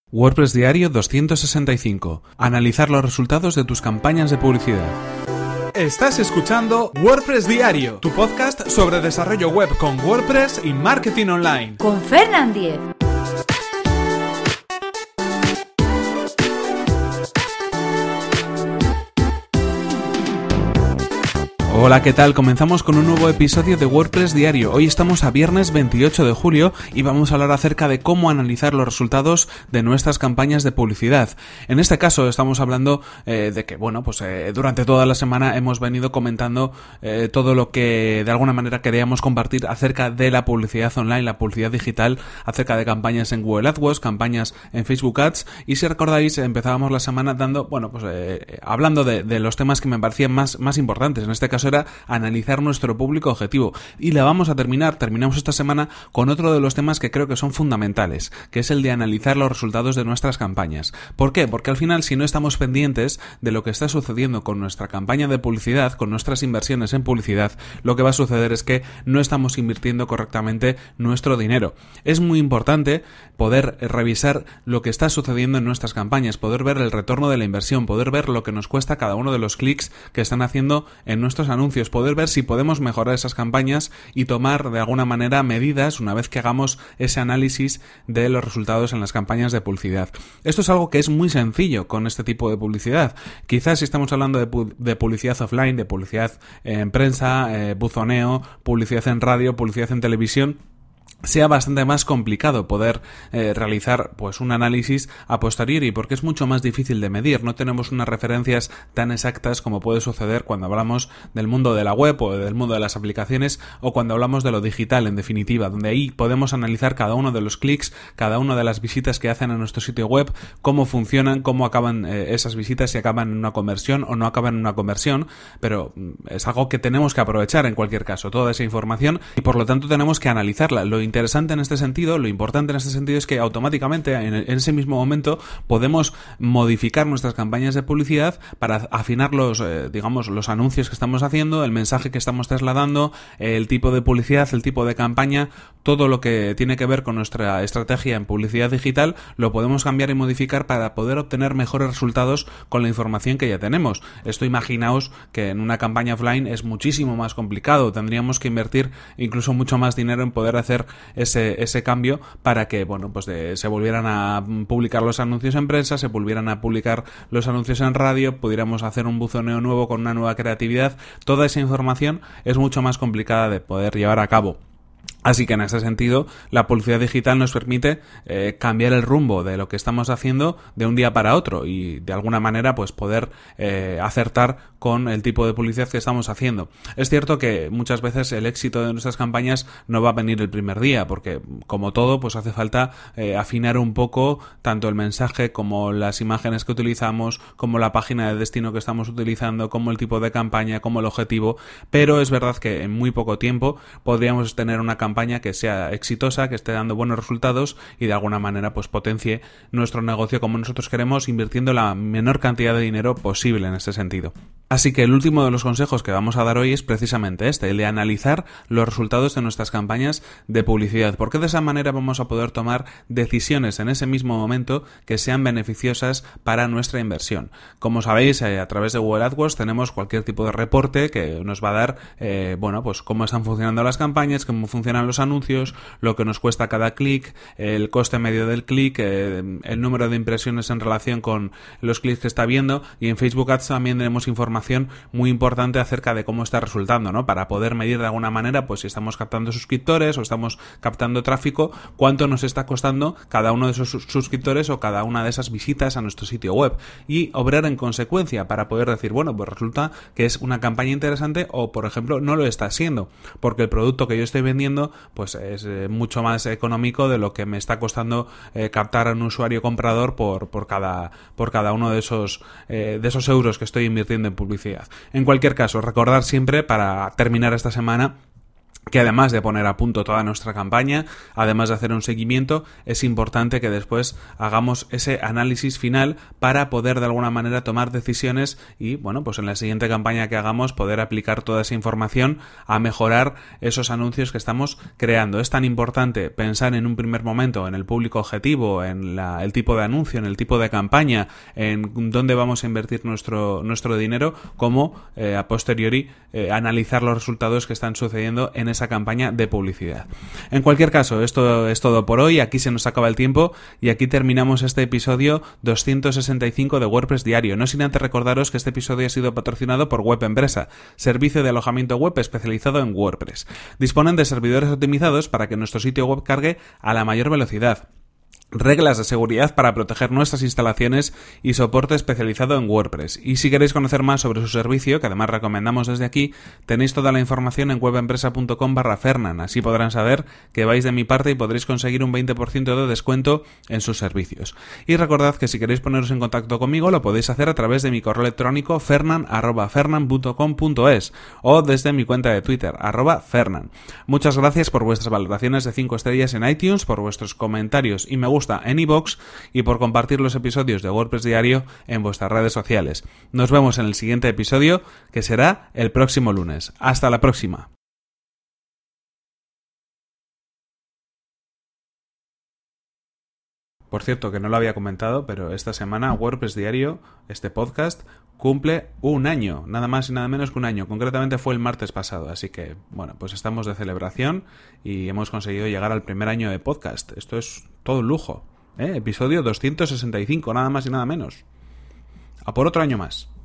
WordPress Diario 265. Analizar los resultados de tus campañas de publicidad. Estás escuchando WordPress Diario, tu podcast sobre desarrollo web con WordPress y marketing online. Con Fernand Diez. Hola, ¿qué tal? Comenzamos con un nuevo episodio de WordPress Diario. Hoy estamos a viernes 28 de julio y vamos a hablar acerca de cómo analizar los resultados de nuestras campañas de publicidad. En este caso estamos hablando de que, durante toda la semana hemos venido comentando todo lo que de alguna manera queríamos compartir acerca de la publicidad online, la publicidad digital, acerca de campañas en Google AdWords, campañas en Facebook Ads, y si recordáis empezábamos la semana hablando de los temas que me parecían más importantes. En este caso era analizar nuestro público objetivo, y terminamos esta semana con otro de los temas que creo que son fundamentales, que es el de analizar los resultados de nuestras campañas. ¿Por qué? Porque al final, si no estamos pendientes de lo que está sucediendo con nuestra campaña de publicidad, con nuestras inversiones en publicidad, lo que va a suceder es que no estamos invirtiendo correctamente nuestro dinero. Es muy importante poder revisar lo que está sucediendo en nuestras campañas, poder ver el retorno de la inversión, poder ver lo que nos cuesta cada uno de los clics que están haciendo en nuestros anuncios, poder ver si podemos mejorar esas campañas y tomar de alguna manera medidas una vez que hagamos ese análisis de los resultados en las campañas de publicidad. Esto es algo que es muy sencillo con este tipo de publicidad. Quizás si estamos hablando de publicidad offline, de publicidad en prensa, buzoneo, publicidad en radio, publicidad en televisión, sea bastante más complicado poder realizar un análisis a posteriori, porque es mucho más difícil de medir. No tenemos unas referencias tan exactas como puede suceder cuando hablamos del mundo de la web o del mundo de las aplicaciones, o cuando hablamos de lo digital, en definitiva, donde ahí podemos analizar cada uno de los clics, cada una de las visitas que hacen a nuestro sitio web, cómo funcionan, cómo acaban esas visitas, si acaban en una conversión o no acaban en una conversión, pero es algo que tenemos que aprovechar en cualquier caso, toda esa información, y por lo tanto tenemos que analizarla. Lo importante en este sentido es que automáticamente en ese mismo momento podemos modificar nuestras campañas de publicidad para afinar los anuncios que estamos haciendo, el mensaje que estamos trasladando, el tipo de publicidad, el tipo de campaña, todo lo que tiene que ver con nuestra estrategia en publicidad digital lo podemos cambiar y modificar para poder obtener mejores resultados con la información que ya tenemos. Esto, imaginaos que en una campaña offline es muchísimo más complicado, tendríamos que invertir incluso mucho más dinero en poder hacer ese cambio para que se volvieran a publicar los anuncios en prensa, se volvieran a publicar los anuncios en radio, pudiéramos hacer un buzoneo nuevo con una nueva creatividad. Toda esa información es mucho más complicada de poder llevar a cabo. Así que en ese sentido, la publicidad digital nos permite cambiar el rumbo de lo que estamos haciendo de un día para otro y de alguna manera poder acertar con el tipo de publicidad que estamos haciendo. Es cierto que muchas veces el éxito de nuestras campañas no va a venir el primer día, porque como todo, hace falta afinar un poco tanto el mensaje como las imágenes que utilizamos, como la página de destino que estamos utilizando, como el tipo de campaña, como el objetivo, pero es verdad que en muy poco tiempo podríamos tener una campaña que sea exitosa, que esté dando buenos resultados y de alguna manera potencie nuestro negocio como nosotros queremos, invirtiendo la menor cantidad de dinero posible en ese sentido. Así que el último de los consejos que vamos a dar hoy es precisamente el de analizar los resultados de nuestras campañas de publicidad, porque de esa manera vamos a poder tomar decisiones en ese mismo momento que sean beneficiosas para nuestra inversión. Como sabéis, a través de Google AdWords tenemos cualquier tipo de reporte que nos va a dar cómo están funcionando las campañas, cómo funcionan los anuncios, lo que nos cuesta cada clic, el coste medio del clic, el número de impresiones en relación con los clics que está viendo, y en Facebook Ads también tenemos información muy importante acerca de cómo está resultando, ¿no? Para poder medir de alguna manera si estamos captando suscriptores o estamos captando tráfico, cuánto nos está costando cada uno de esos suscriptores o cada una de esas visitas a nuestro sitio web, y obrar en consecuencia para poder decir, resulta que es una campaña interesante, o por ejemplo no lo está siendo, porque el producto que yo estoy vendiendo es mucho más económico de lo que me está costando captar a un usuario comprador por cada uno de esos euros que estoy invirtiendo en publicidad. En cualquier caso, recordar siempre, para terminar esta semana, que además de poner a punto toda nuestra campaña, además de hacer un seguimiento, es importante que después hagamos ese análisis final para poder de alguna manera tomar decisiones y, bueno, pues en la siguiente campaña que hagamos poder aplicar toda esa información a mejorar esos anuncios que estamos creando. Es tan importante pensar en un primer momento en el público objetivo, en el tipo de anuncio, en el tipo de campaña, en dónde vamos a invertir nuestro dinero, como a posteriori analizar los resultados que están sucediendo en esa campaña de publicidad. En cualquier caso, esto es todo por hoy. Aquí se nos acaba el tiempo y aquí terminamos este episodio 265 de WordPress Diario. No sin antes recordaros que este episodio ha sido patrocinado por Web Empresa, servicio de alojamiento web especializado en WordPress. Disponen de servidores optimizados para que nuestro sitio web cargue a la mayor velocidad, reglas de seguridad para proteger nuestras instalaciones y soporte especializado en WordPress. Y si queréis conocer más sobre su servicio, que además recomendamos desde aquí, tenéis toda la información en webempresa.com/Fernan. Así podrán saber que vais de mi parte y podréis conseguir un 20% de descuento en sus servicios. Y recordad que si queréis poneros en contacto conmigo, lo podéis hacer a través de mi correo electrónico fernan@fernan.com.es o desde mi cuenta de Twitter, @Fernan. Muchas gracias por vuestras valoraciones de 5 estrellas en iTunes, por vuestros comentarios y me gusta en iVoox y por compartir los episodios de WordPress Diario en vuestras redes sociales. Nos vemos en el siguiente episodio, que será el próximo lunes. Hasta la próxima. Por cierto, que no lo había comentado, pero esta semana WordPress Diario, este podcast, cumple un año, nada más y nada menos que un año. Concretamente fue el martes pasado, así que, bueno, pues estamos de celebración y hemos conseguido llegar al primer año de podcast. Esto es todo un lujo, ¿eh? Episodio 265, nada más y nada menos. A por otro año más.